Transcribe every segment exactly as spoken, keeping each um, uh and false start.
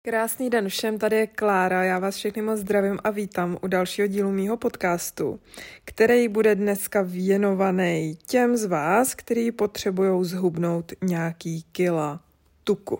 Krásný den všem, tady je Klára, já vás všechny moc zdravím a vítám u dalšího dílu mýho podcastu, který bude dneska věnovaný těm z vás, kteří potřebují zhubnout nějaký kila tuku.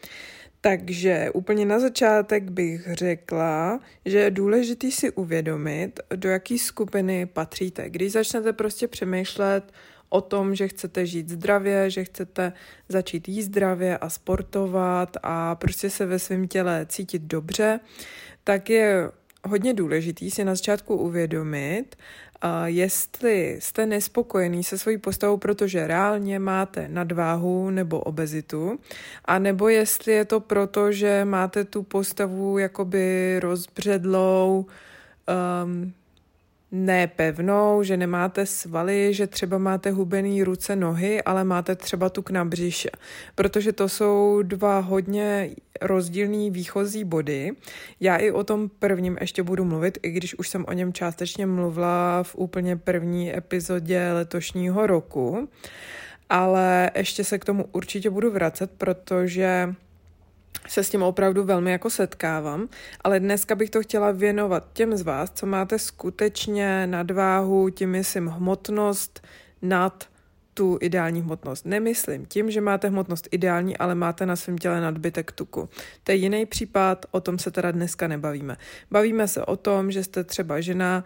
Takže úplně na začátek bych řekla, že je důležitý si uvědomit, do jaký skupiny patříte. Když začnete prostě přemýšlet o tom, že chcete žít zdravě, že chcete začít jíst zdravě a sportovat a prostě se ve svém těle cítit dobře, tak je hodně důležitý si na začátku uvědomit, jestli jste nespokojený se svojí postavou, protože reálně máte nadváhu nebo obezitu, a nebo jestli je to proto, že máte tu postavu jakoby rozbředlou, um, nepevnou, že nemáte svaly, že třeba máte hubený ruce, nohy, ale máte třeba tuk na břiše. Protože to jsou dva hodně rozdílný výchozí body. Já i o tom prvním ještě budu mluvit, i když už jsem o něm částečně mluvila v úplně první epizodě letošního roku. Ale ještě se k tomu určitě budu vracet, protože se s tím opravdu velmi jako setkávám, ale dneska bych to chtěla věnovat těm z vás, co máte skutečně nadváhu, tím myslím hmotnost nad tu ideální hmotnost. Nemyslím tím, že máte hmotnost ideální, ale máte na svém těle nadbytek tuku. To je jiný případ, o tom se teda dneska nebavíme. Bavíme se o tom, že jste třeba žena,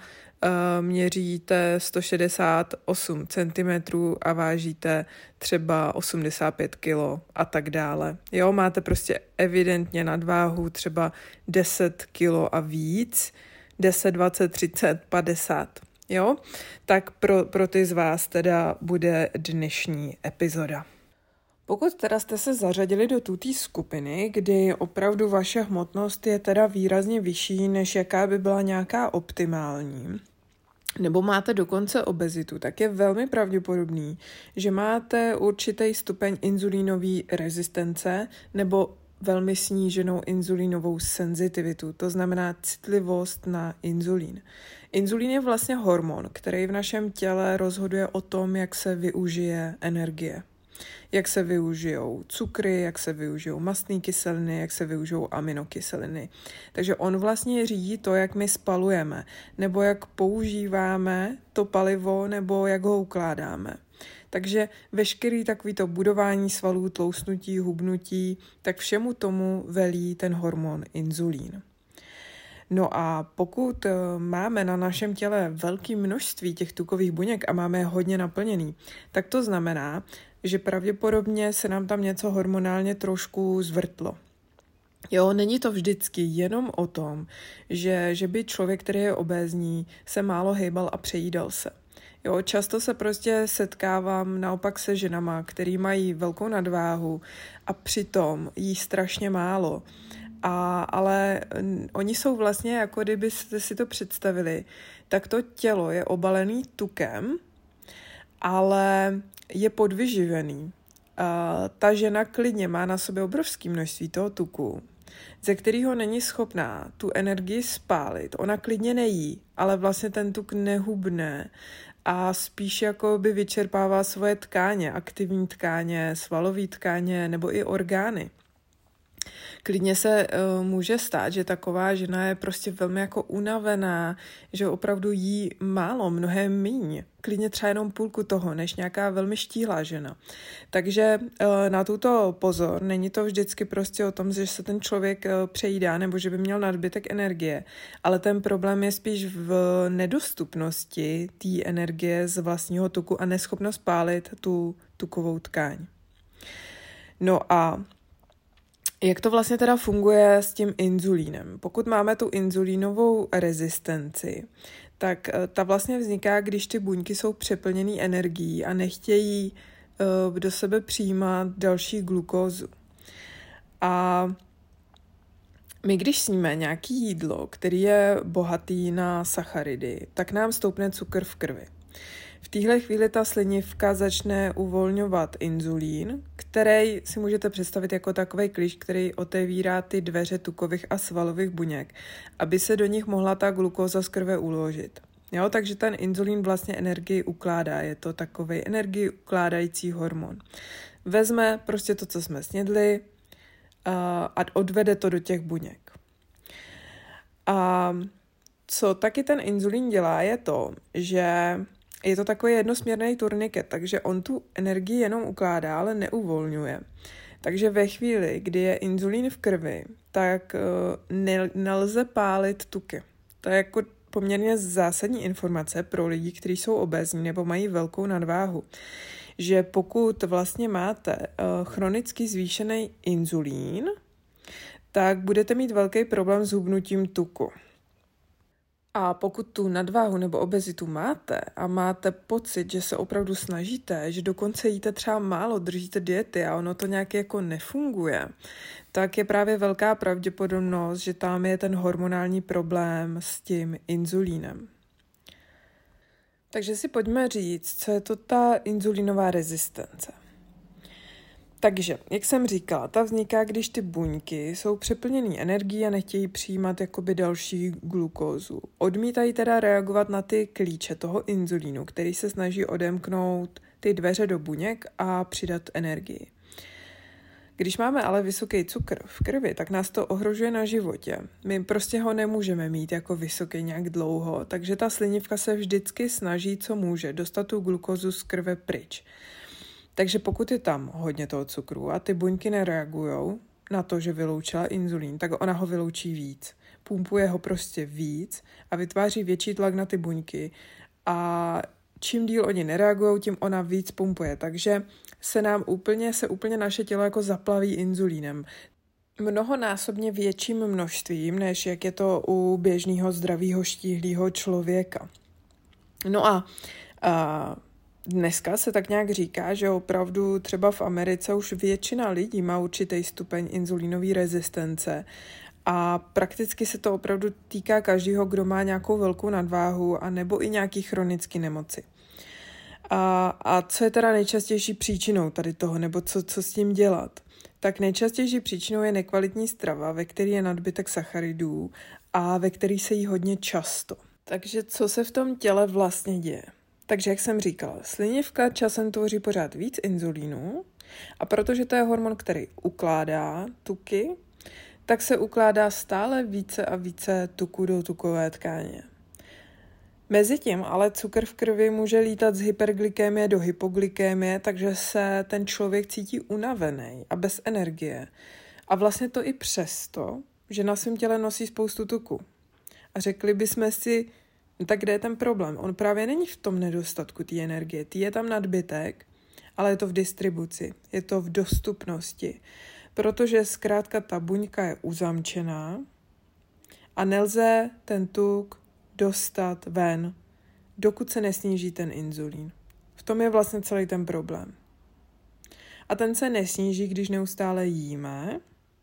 měříte sto šedesát osm centimetrů a vážíte třeba osmdesát pět kilo a tak dále. Jo, máte prostě evidentně nadváhu třeba deset kilo a víc, deset, dvacet, třicet, padesát. Jo, tak pro, pro ty z vás teda bude dnešní epizoda. Pokud teda jste se zařadili do tuté skupiny, kdy opravdu vaše hmotnost je teda výrazně vyšší, než jaká by byla nějaká optimální, nebo máte dokonce obezitu, tak je velmi pravděpodobný, že máte určitý stupeň inzulínové rezistence nebo velmi sníženou inzulínovou senzitivitu, to znamená citlivost na inzulín. Inzulín je vlastně hormon, který v našem těle rozhoduje o tom, jak se využije energie. Jak se využijou cukry, jak se využijou mastné kyseliny, jak se využijou aminokyseliny. Takže on vlastně řídí to, jak my spalujeme, nebo jak používáme to palivo, nebo jak ho ukládáme. Takže veškerý takovýto budování svalů, tlousnutí, hubnutí, tak všemu tomu velí ten hormon inzulín. No a pokud máme na našem těle velké množství těch tukových buněk a máme je hodně naplněný, tak to znamená, že pravděpodobně se nám tam něco hormonálně trošku zvrtlo. Jo, není to vždycky jenom o tom, že, že by člověk, který je obézní, se málo hejbal a přejídal se. Jo, často se prostě setkávám naopak se ženama, který mají velkou nadváhu a přitom jí strašně málo. A, ale oni jsou vlastně, jako kdybyste si to představili, tak to tělo je obalený tukem, ale je podvyživený. A ta žena klidně má na sobě obrovské množství toho tuku, ze kterého není schopná tu energii spálit. Ona klidně nejí, ale vlastně ten tuk nehubne a spíš jako by vyčerpává svoje tkáně, aktivní tkáně, svalové tkáně nebo i orgány. Klidně se uh, může stát, že taková žena je prostě velmi jako unavená, že opravdu jí málo, mnohem míň. Klidně třeba jenom půlku toho, než nějaká velmi štíhlá žena. Takže uh, na tuto pozor, není to vždycky prostě o tom, že se ten člověk uh, přejídá nebo že by měl nadbytek energie, ale ten problém je spíš v nedostupnosti té energie z vlastního tuku a neschopnost pálit tu tukovou tkáň. No a jak to vlastně teda funguje s tím inzulínem? Pokud máme tu inzulínovou rezistenci, tak ta vlastně vzniká, když ty buňky jsou přeplněné energií a nechtějí uh, do sebe přijímat další glukózu. A my když sníme nějaké jídlo, který je bohatý na sacharidy, tak nám stoupne cukr v krvi. V téhle chvíli ta slinivka začne uvolňovat inzulín, který si můžete představit jako takovej klíč, který otevírá ty dveře tukových a svalových buněk, aby se do nich mohla ta glukóza z krve uložit. Jo, takže ten inzulín vlastně energii ukládá, je to takovej energii ukládající hormon. Vezme prostě to, co jsme snědli a odvede to do těch buněk. A co taky ten inzulín dělá, je to, že je to takový jednosměrný turniket, takže on tu energii jenom ukládá, ale neuvolňuje. Takže ve chvíli, kdy je inzulín v krvi, tak ne, nelze pálit tuky. To je jako poměrně zásadní informace pro lidi, kteří jsou obézní nebo mají velkou nadváhu, že pokud vlastně máte chronicky zvýšený inzulín, tak budete mít velký problém s hubnutím tuku. A pokud tu nadváhu nebo obezitu máte a máte pocit, že se opravdu snažíte, že dokonce jíte třeba málo, držíte diety a ono to nějak jako nefunguje, tak je právě velká pravděpodobnost, že tam je ten hormonální problém s tím inzulínem. Takže si pojďme říct, co je to ta inzulínová rezistence. Takže, jak jsem říkala, ta vzniká, když ty buňky jsou přeplněný energií a nechtějí přijímat jakoby další glukózu. Odmítají teda reagovat na ty klíče toho inzulínu, který se snaží odemknout ty dveře do buněk a přidat energii. Když máme ale vysoký cukr v krvi, tak nás to ohrožuje na životě. My prostě ho nemůžeme mít jako vysoký nějak dlouho, takže ta slinivka se vždycky snaží, co může, dostat tu glukózu z krve pryč. Takže pokud je tam hodně toho cukru a ty buňky nereagují na to, že vyloučila inzulín, tak ona ho vyloučí víc. Pumpuje ho prostě víc a vytváří větší tlak na ty buňky a čím díl oni nereagují, tím ona víc pumpuje. Takže se nám úplně, se úplně naše tělo jako zaplaví inzulínem. Mnohonásobně větším množstvím, než jak je to u běžného zdravého štíhlého člověka. No a, a dneska se tak nějak říká, že opravdu třeba v Americe už většina lidí má určitý stupeň inzulínové rezistence a prakticky se to opravdu týká každého, kdo má nějakou velkou nadváhu a nebo i nějaký chronické nemoci. A, a co je teda nejčastější příčinou tady toho, nebo co, co s tím dělat? Tak nejčastější příčinou je nekvalitní strava, ve které je nadbytek sacharidů a ve který se jí hodně často. Takže co se v tom těle vlastně děje? Takže jak jsem říkala, slinivka časem tvoří pořád víc inzulínu a protože to je hormon, který ukládá tuky, tak se ukládá stále více a více tuku do tukové tkáně. Mezitím ale cukr v krvi může lítat z hyperglykémie do hypoglykémie, takže se ten člověk cítí unavený a bez energie. A vlastně to i přesto, že na svém těle nosí spoustu tuku. A řekli bychom si, tak kde je ten problém? On právě není v tom nedostatku té energie. Tý je tam nadbytek, ale je to v distribuci, je to v dostupnosti. Protože zkrátka ta buňka je uzamčená a nelze ten tuk dostat ven, dokud se nesníží ten inzulín. V tom je vlastně celý ten problém. A ten se nesníží, když neustále jíme.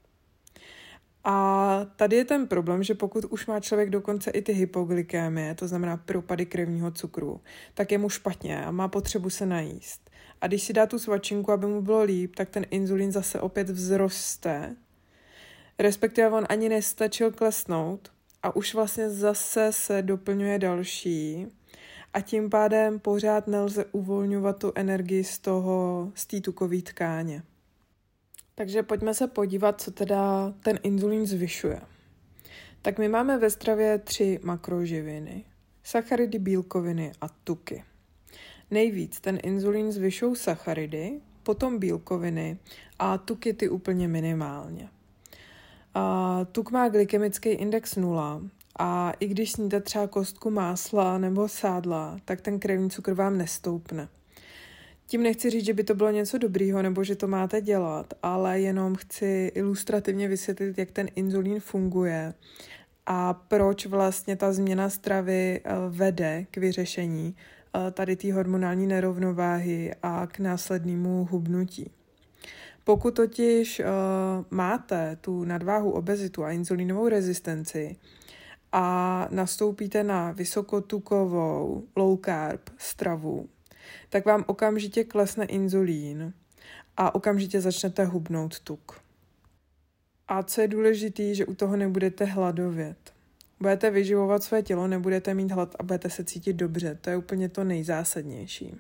A tady je ten problém, že pokud už má člověk dokonce i ty hypoglykémie, to znamená propady krevního cukru, tak je mu špatně a má potřebu se najíst. A když si dá tu svačinku, aby mu bylo líp, tak ten inzulín zase opět vzroste. Respektive on ani nestačil klesnout a už vlastně zase se doplňuje další. A tím pádem pořád nelze uvolňovat tu energii z toho, z té tukové tkáně. Takže pojďme se podívat, co teda ten inzulín zvyšuje. Tak my máme ve stravě tři makroživiny. Sacharidy, bílkoviny a tuky. Nejvíc ten inzulín zvyšují sacharidy, potom bílkoviny a tuky ty úplně minimálně. A tuk má glykemický index nula a i když sníte třeba kostku másla nebo sádla, tak ten krevní cukr vám nestoupne. Tím nechci říct, že by to bylo něco dobrýho nebo že to máte dělat, ale jenom chci ilustrativně vysvětlit, jak ten inzulín funguje a proč vlastně ta změna stravy vede k vyřešení tady té hormonální nerovnováhy a k následnému hubnutí. Pokud totiž uh, máte tu nadváhu, obezitu a inzulínovou rezistenci a nastoupíte na vysokotukovou low carb stravu, tak vám okamžitě klesne inzulín a okamžitě začnete hubnout tuk. A co je důležité, že u toho nebudete hladovět. Budete vyživovat své tělo, nebudete mít hlad a budete se cítit dobře. To je úplně to nejzásadnější.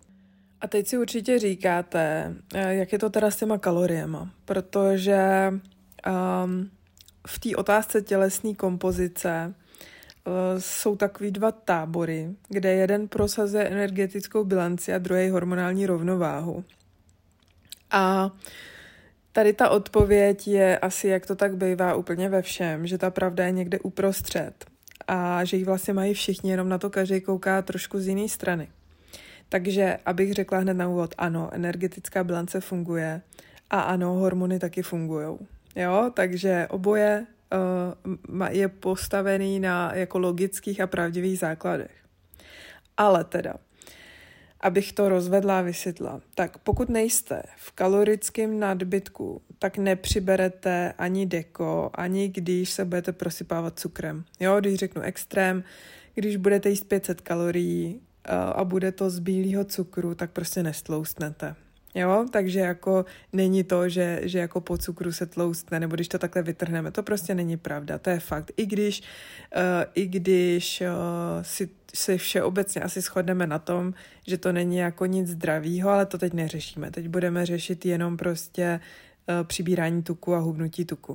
A teď si určitě říkáte, jak je to teda s těma kaloriema, protože Um, v té otázce tělesné kompozice uh, jsou takový dva tábory, kde jeden prosazuje energetickou bilanci a druhý hormonální rovnováhu. A tady ta odpověď je asi, jak to tak bývá úplně ve všem, že ta pravda je někde uprostřed a že ji vlastně mají všichni, jenom na to každý kouká trošku z jiné strany. Takže, abych řekla hned na úvod, ano, energetická bilance funguje a ano, hormony taky fungujou. Jo, takže oboje uh, je postavený na jako logických a pravdivých základech. Ale teda, abych to rozvedla a vysvětla, tak pokud nejste v kalorickém nadbytku, tak nepřiberete ani deko, ani když se budete prosypávat cukrem. Jo, když řeknu extrém, když budete jíst pět set kalorií a bude to z bílého cukru, tak prostě nestloustnete. Jo, takže jako není to, že, že jako po cukru se tloustne, nebo když to takhle vytrhneme, to prostě není pravda, to je fakt. I když, uh, i když uh, si, si všeobecně asi shodneme na tom, že to není jako nic zdravýho, ale to teď neřešíme. Teď budeme řešit jenom prostě uh, přibírání tuku a hubnutí tuku.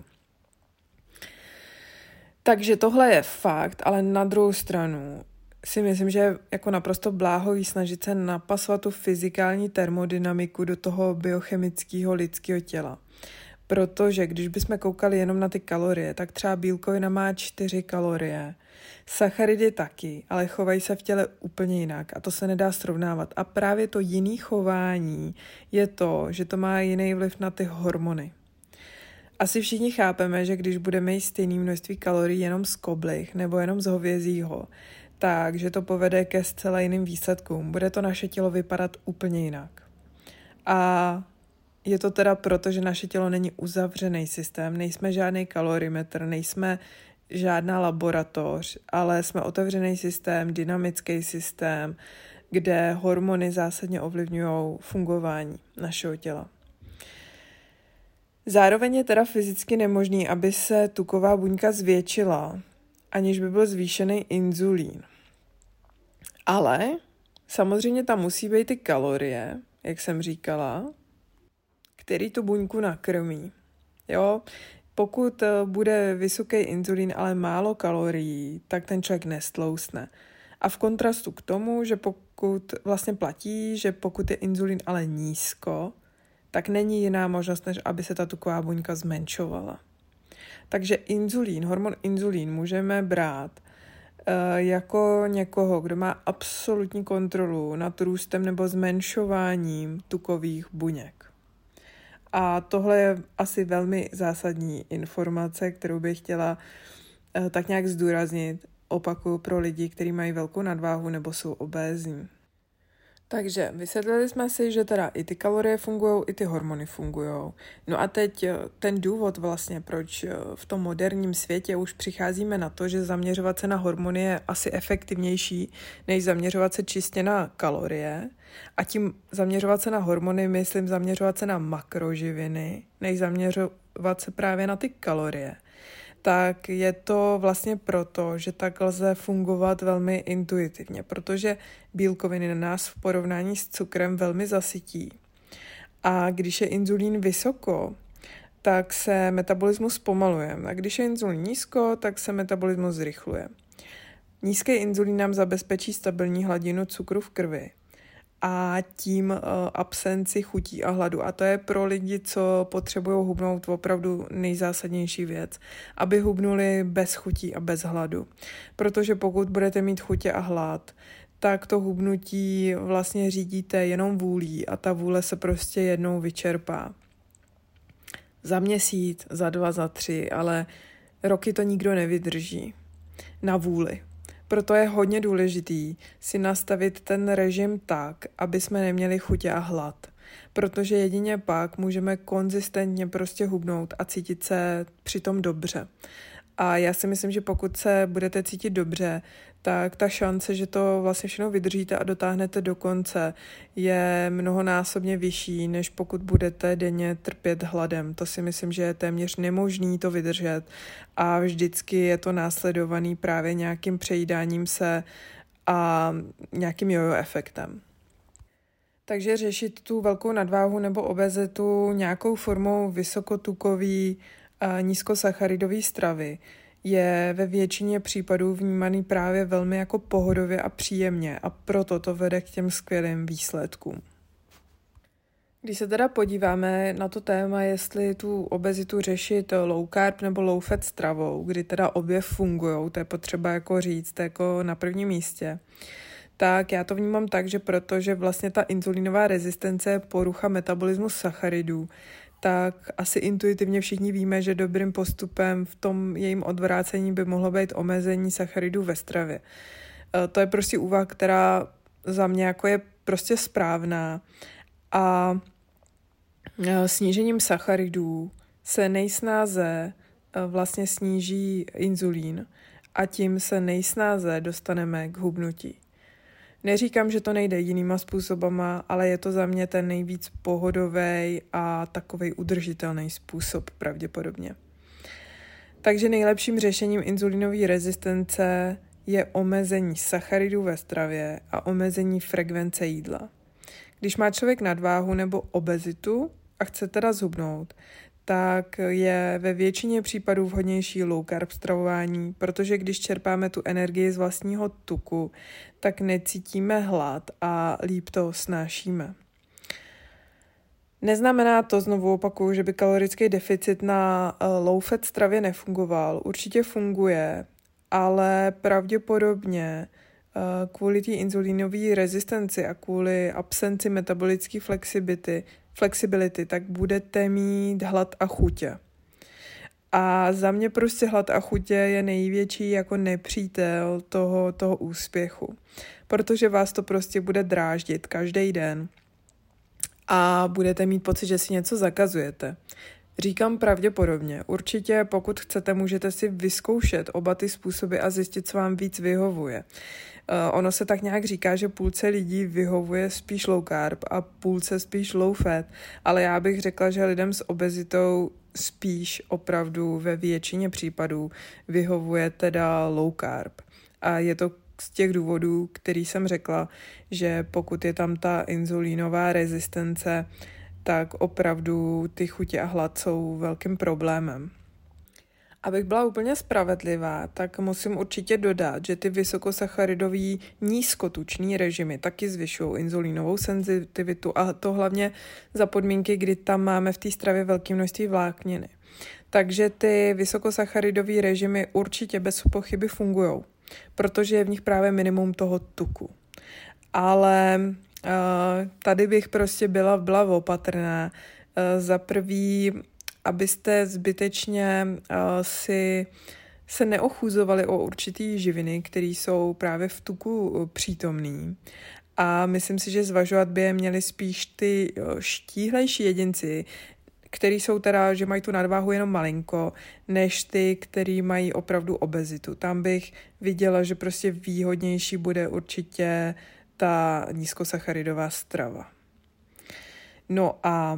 Takže tohle je fakt, ale na druhou stranu si myslím, že je jako naprosto bláhový snažit se napasovat tu fyzikální termodynamiku do toho biochemického lidského těla. Protože když bychom koukali jenom na ty kalorie, tak třeba bílkovina má čtyři kalorie, sacharidy taky, ale chovají se v těle úplně jinak a to se nedá srovnávat. A právě to jiný chování je to, že to má jiný vliv na ty hormony. Asi všichni chápeme, že když budeme jíst stejné množství kalorií jenom z koblih nebo jenom z hovězího, takže to povede ke zcela jiným výsledkům. Bude to naše tělo vypadat úplně jinak. A je to teda proto, že naše tělo není uzavřený systém, nejsme žádný kalorimetr, nejsme žádná laboratoř, ale jsme otevřený systém, dynamický systém, kde hormony zásadně ovlivňují fungování našeho těla. Zároveň je teda fyzicky nemožný, aby se tuková buňka zvětšila, aniž by byl zvýšený inzulín. Ale samozřejmě tam musí být ty kalorie, jak jsem říkala, který tu buňku nakrmí. Jo? Pokud bude vysoký inzulín, ale málo kalorií, tak ten člověk nestloustne. A v kontrastu k tomu, že pokud vlastně platí, že pokud je inzulín ale nízko, tak není jiná možnost, než aby se ta tuková buňka zmenšovala. Takže inzulín, hormon inzulín můžeme brát uh, jako někoho, kdo má absolutní kontrolu nad růstem nebo zmenšováním tukových buněk. A tohle je asi velmi zásadní informace, kterou bych chtěla uh, tak nějak zdůraznit, opakuju, pro lidi, kteří mají velkou nadváhu nebo jsou obézní. Takže vysvětlili jsme si, že teda i ty kalorie fungují, i ty hormony fungují. No a teď ten důvod vlastně, proč v tom moderním světě už přicházíme na to, že zaměřovat se na hormony je asi efektivnější, než zaměřovat se čistě na kalorie. A tím zaměřovat se na hormony, myslím zaměřovat se na makroživiny, než zaměřovat se právě na ty kalorie. Tak je to vlastně proto, že tak lze fungovat velmi intuitivně, protože bílkoviny na nás v porovnání s cukrem velmi zasytí. A když je inzulín vysoko, tak se metabolismus zpomaluje. A když je inzulín nízko, tak se metabolismus zrychluje. Nízký inzulín nám zabezpečí stabilní hladinu cukru v krvi a tím uh, absenci chutí a hladu. A to je pro lidi, co potřebují hubnout, opravdu nejzásadnější věc, aby hubnuli bez chutí a bez hladu. Protože pokud budete mít chutě a hlad, tak to hubnutí vlastně řídíte jenom vůlí a ta vůle se prostě jednou vyčerpá. Za měsíc, za dva, za tři, ale roky to nikdo nevydrží na vůli. Proto je hodně důležitý si nastavit ten režim tak, aby jsme neměli chutě a hlad. Protože jedině pak můžeme konzistentně prostě hubnout a cítit se přitom dobře. A já si myslím, že pokud se budete cítit dobře, tak ta šance, že to vlastně všechno vydržíte a dotáhnete do konce, je mnohonásobně vyšší, než pokud budete denně trpět hladem. To si myslím, že je téměř nemožný to vydržet a vždycky je to následovaný právě nějakým přejídáním se a nějakým jojo efektem. Takže řešit tu velkou nadváhu nebo obezitu nějakou formou vysokotukový a nízkosacharidové stravy je ve většině případů vnímaný právě velmi jako pohodově a příjemně a proto to vede k těm skvělým výsledkům. Když se teda podíváme na to téma, jestli tu obezitu řešit low carb nebo low fat stravou, kdy teda obě fungujou, to je potřeba jako říct, jako na prvním místě, tak já to vnímám tak, že protože vlastně ta inzulínová rezistence je porucha metabolismu sacharidů, tak asi intuitivně všichni víme, že dobrým postupem v tom jejím odvrácení by mohlo být omezení sacharidů ve stravě. To je prostě úvaha, která za mě jako je prostě správná a snížením sacharidů se nejsnáze vlastně sníží inzulín a tím se nejsnáze dostaneme k hubnutí. Neříkám, že to nejde jinýma způsobama, ale je to za mě ten nejvíc pohodový a takovej udržitelný způsob pravděpodobně. Takže nejlepším řešením inzulínové rezistence je omezení sacharidů ve stravě a omezení frekvence jídla. Když má člověk nadváhu nebo obezitu a chce teda zhubnout, tak je ve většině případů vhodnější low carb stravování, protože když čerpáme tu energii z vlastního tuku, tak necítíme hlad a líp to snášíme. Neznamená to, znovu opakuju, že by kalorický deficit na low fat stravě nefungoval. Určitě funguje, ale pravděpodobně kvůli té inzulínové rezistenci a kvůli absenci metabolické flexibility, flexibility, tak budete mít hlad a chutě. A za mě prostě hlad a chutě je největší jako nepřítel toho, toho úspěchu. Protože vás to prostě bude dráždit každý den a budete mít pocit, že si něco zakazujete. Říkám pravděpodobně. Určitě, pokud chcete, můžete si vyzkoušet oba ty způsoby a zjistit, co vám víc vyhovuje. Uh, ono se tak nějak říká, že půlce lidí vyhovuje spíš low carb a půlce spíš low fat, ale já bych řekla, že lidem s obezitou spíš opravdu ve většině případů vyhovuje teda low carb. A je to z těch důvodů, který jsem řekla, že pokud je tam ta inzulínová rezistence, tak opravdu ty chutě a hlad jsou velkým problémem. Abych byla úplně spravedlivá, tak musím určitě dodat, že ty vysokosacharidový nízkotučný režimy taky zvyšují inzulínovou senzitivitu a to hlavně za podmínky, kdy tam máme v té stravě velké množství vlákniny. Takže ty vysokosacharidový režimy určitě bez pochyby fungují, protože je v nich právě minimum toho tuku. Ale uh, tady bych prostě byla, byla opatrná. Uh, za prvý, abyste zbytečně uh, si se neochuzovali o určitý živiny, které jsou právě v tuku uh, přítomný. A myslím si, že zvažovat by je měli spíš ty uh, štíhlejší jedinci, který jsou teda, že mají tu nadváhu jenom malinko, než ty, který mají opravdu obezitu. Tam bych viděla, že prostě výhodnější bude určitě ta nízkosacharidová strava. No a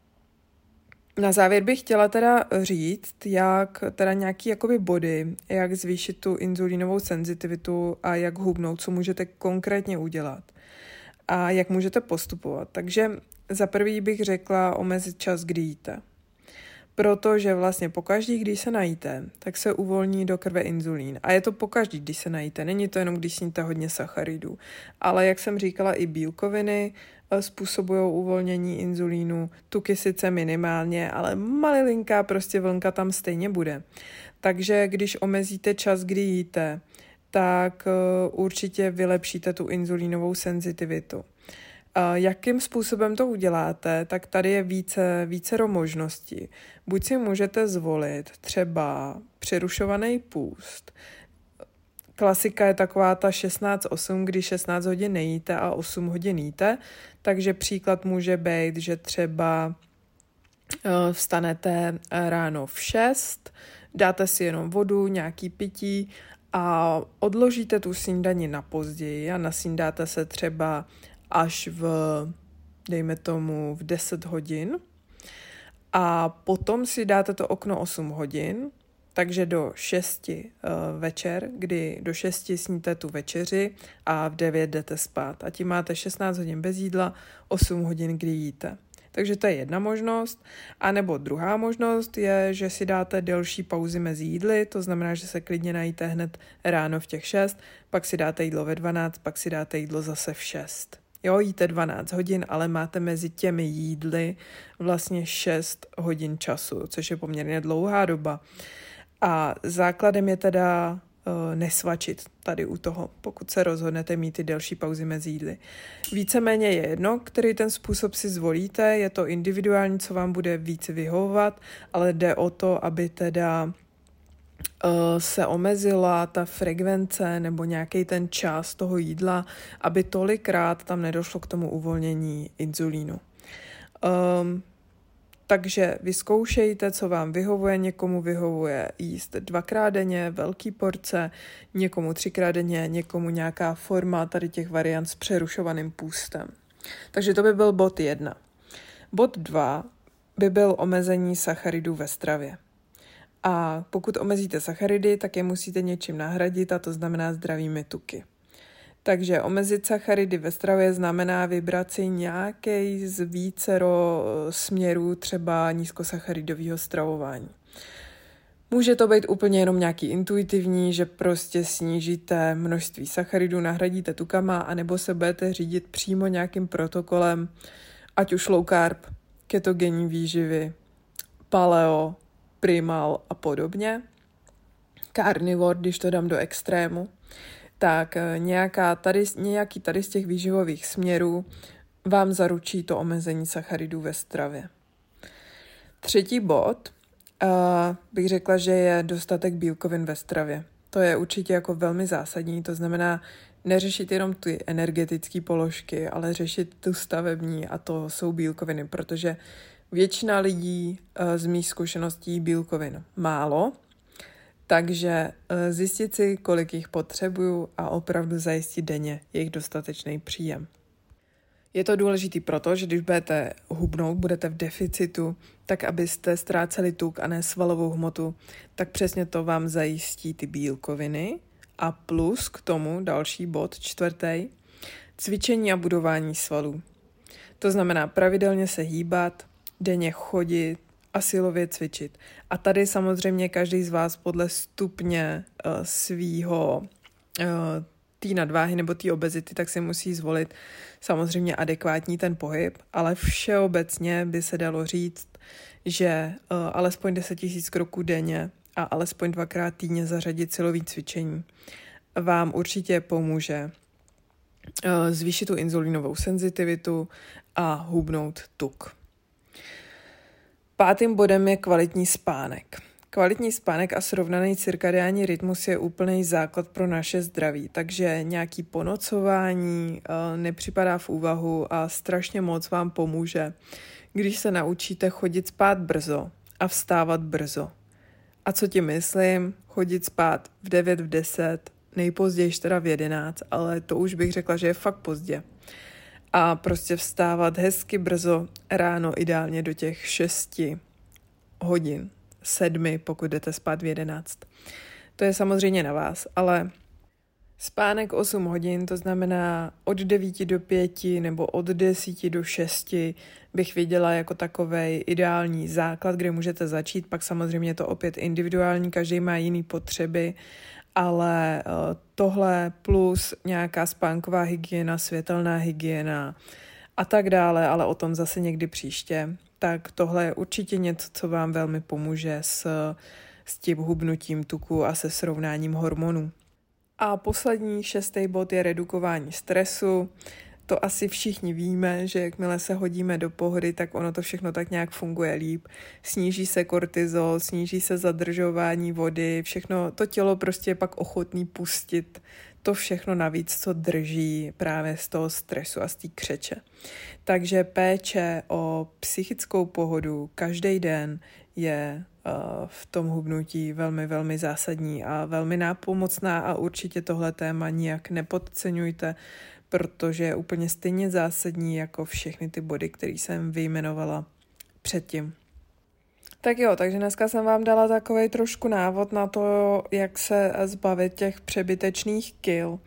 na závěr bych chtěla teda říct, jak teda nějaký jakoby body, jak zvýšit tu inzulínovou senzitivitu a jak hubnout, co můžete konkrétně udělat a jak můžete postupovat. Takže za prvý bych řekla omezit čas, kdy jíte. Protože vlastně pokaždý, když se najíte, tak se uvolní do krve inzulín. A je to pokaždý, když se najíte. Není to jenom, když sníte hodně sacharidů. Ale jak jsem říkala, i bílkoviny způsobují uvolnění inzulínu. Tuky sice minimálně, ale malilinká prostě vlnka tam stejně bude. Takže když omezíte čas, kdy jíte, tak určitě vylepšíte tu inzulínovou senzitivitu. Jakým způsobem to uděláte, tak tady je více, vícero možností. Buď si můžete zvolit třeba přerušovaný půst. Klasika je taková ta šestnáct osm, kdy šestnáct hodin nejíte a osm hodin jíte, takže příklad může být, že třeba vstanete ráno v šest, dáte si jenom vodu, nějaký pití a odložíte tu snídani na později a nasnídáte se třeba až v, dejme tomu, v deset hodin a potom si dáte to okno osm hodin, takže do šesti uh, večer, kdy do šesti sníte tu večeři a v devět jdete spát. A tím máte šestnáct hodin bez jídla, osm hodin, kdy jíte. Takže to je jedna možnost. A nebo druhá možnost je, že si dáte delší pauzy mezi jídly, to znamená, že se klidně najíte hned ráno v těch šest, pak si dáte jídlo ve dvanáct, pak si dáte jídlo zase v šest. Jo, jíte dvanáct hodin, ale máte mezi těmi jídly vlastně šest hodin času, což je poměrně dlouhá doba. A základem je teda uh, nesvačit tady u toho, pokud se rozhodnete mít ty delší pauzy mezi jídly. Víceméně je jedno, který ten způsob si zvolíte, je to individuální, co vám bude víc vyhovovat, ale jde o to, aby teda uh, se omezila ta frekvence nebo nějaký ten čas toho jídla, aby tolikrát tam nedošlo k tomu uvolnění inzulínu. Um, Takže vyzkoušejte, co vám vyhovuje. Někomu vyhovuje jíst dvakrát denně, velký porce, někomu třikrát denně, někomu nějaká forma tady těch variant s přerušovaným půstem. Takže to by byl bod jedna. Bod dva by byl omezení sacharidů ve stravě. A pokud omezíte sacharidy, tak je musíte něčím nahradit, a to znamená zdravými tuky. Takže omezit sacharidy ve stravě znamená vybrat si nějaký z vícero směrů třeba nízkosacharidového stravování. Může to být úplně jenom nějaký intuitivní, že prostě snížíte množství sacharidů, nahradíte tukama, anebo se budete řídit přímo nějakým protokolem, ať už low carb, ketogenní výživy, paleo, primal a podobně. Carnivore, když to dám do extrému. Tak nějaká tady, nějaký tady z těch výživových směrů vám zaručí to omezení sacharidů ve stravě. Třetí bod uh, bych řekla, že je dostatek bílkovin ve stravě. To je určitě jako velmi zásadní, to znamená neřešit jenom ty energetické položky, ale řešit tu stavební, a to jsou bílkoviny, protože většina lidí uh, z mých zkušeností bílkovin málo. Takže zjistit si, kolik jich potřebuju, a opravdu zajistit denně jejich dostatečný příjem. Je to důležitý proto, že když budete hubnout, budete v deficitu, tak abyste ztráceli tuk a ne svalovou hmotu, tak přesně to vám zajistí ty bílkoviny. A plus k tomu další bod, čtvrtý, cvičení a budování svalů. To znamená pravidelně se hýbat, denně chodit a silově cvičit. A tady samozřejmě každý z vás podle stupně uh, svýho uh, té nadváhy nebo té obezity, tak si musí zvolit samozřejmě adekvátní ten pohyb, ale všeobecně by se dalo říct, že uh, alespoň deset tisíc kroků denně a alespoň dvakrát týdně zařadit silový cvičení vám určitě pomůže uh, zvýšit tu inzulínovou senzitivitu a hubnout tuk. Pátým bodem je kvalitní spánek. Kvalitní spánek a srovnaný cirkadiální rytmus je úplný základ pro naše zdraví, takže nějaký ponocování nepřipadá v úvahu a strašně moc vám pomůže, když se naučíte chodit spát brzo a vstávat brzo. A co tím myslím? Chodit spát v devět, v deset, nejpozději teda v jedenáct, ale to už bych řekla, že je fakt pozdě. A prostě vstávat hezky brzo ráno, ideálně do těch šesti hodin, sedmi, pokud jdete spát v jedenáct. To je samozřejmě na vás, ale spánek osm hodin, to znamená od devíti do pěti nebo od desíti do šesti bych viděla jako takovej ideální základ, kde můžete začít, pak samozřejmě je to opět individuální, každý má jiný potřeby, ale tohle plus nějaká spánková hygiena, světelná hygiena a tak dále, ale o tom zase někdy příště, tak tohle je určitě něco, co vám velmi pomůže s, s tím hubnutím tuku a se srovnáním hormonů. A poslední šestý bod je redukování stresu. To asi všichni víme, že jakmile se hodíme do pohody, tak ono to všechno tak nějak funguje líp. Sníží se kortizol, sníží se zadržování vody, všechno to tělo prostě je pak ochotný pustit to všechno navíc, co drží právě z toho stresu a z té křeče. Takže péče o psychickou pohodu každý den je uh, v tom hubnutí velmi, velmi zásadní a velmi nápomocná a určitě tohle téma nijak nepodceňujte, protože je úplně stejně zásadní jako všechny ty body, které jsem vyjmenovala předtím. Tak jo, takže dneska jsem vám dala takovej trošku návod na to, jak se zbavit těch přebytečných kil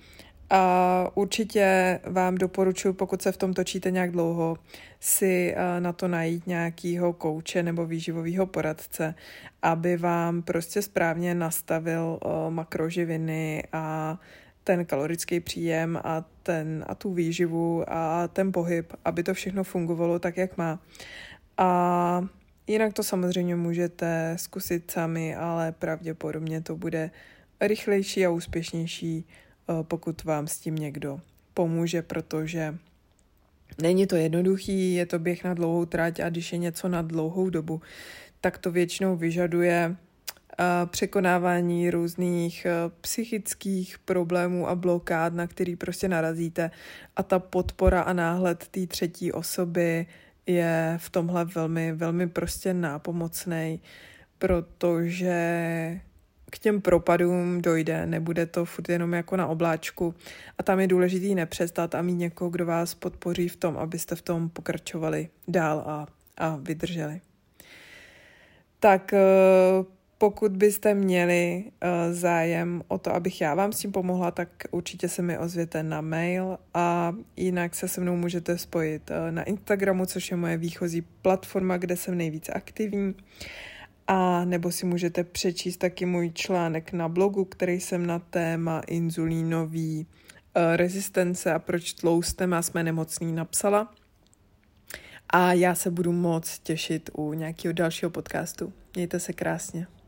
A určitě vám doporučuji, pokud se v tom točíte nějak dlouho, si na to najít nějakýho kouče nebo výživového poradce, aby vám prostě správně nastavil makroživiny a ten kalorický příjem a, ten, a tu výživu a ten pohyb, aby to všechno fungovalo tak, jak má. A jinak to samozřejmě můžete zkusit sami, ale pravděpodobně to bude rychlejší a úspěšnější, pokud vám s tím někdo pomůže, protože není to jednoduchý, je to běh na dlouhou trať a když je něco na dlouhou dobu, tak to většinou vyžaduje překonávání různých psychických problémů a blokád, na který prostě narazíte, a ta podpora a náhled té třetí osoby je v tomhle velmi, velmi prostě nápomocnej, protože k těm propadům dojde, nebude to furt jenom jako na obláčku a tam je důležitý nepřestat a mít někoho, kdo vás podpoří v tom, abyste v tom pokračovali dál a, a vydrželi. Tak pokud byste měli zájem o to, abych já vám s tím pomohla, tak určitě se mi ozvěte na mail a jinak se se mnou můžete spojit na Instagramu, což je moje výchozí platforma, kde jsem nejvíc aktivní. A nebo si můžete přečíst taky můj článek na blogu, který jsem na téma inzulínový uh, rezistence a proč tlousteme a jsme nemocní napsala. A já se budu moc těšit u nějakého dalšího podcastu. Mějte se krásně.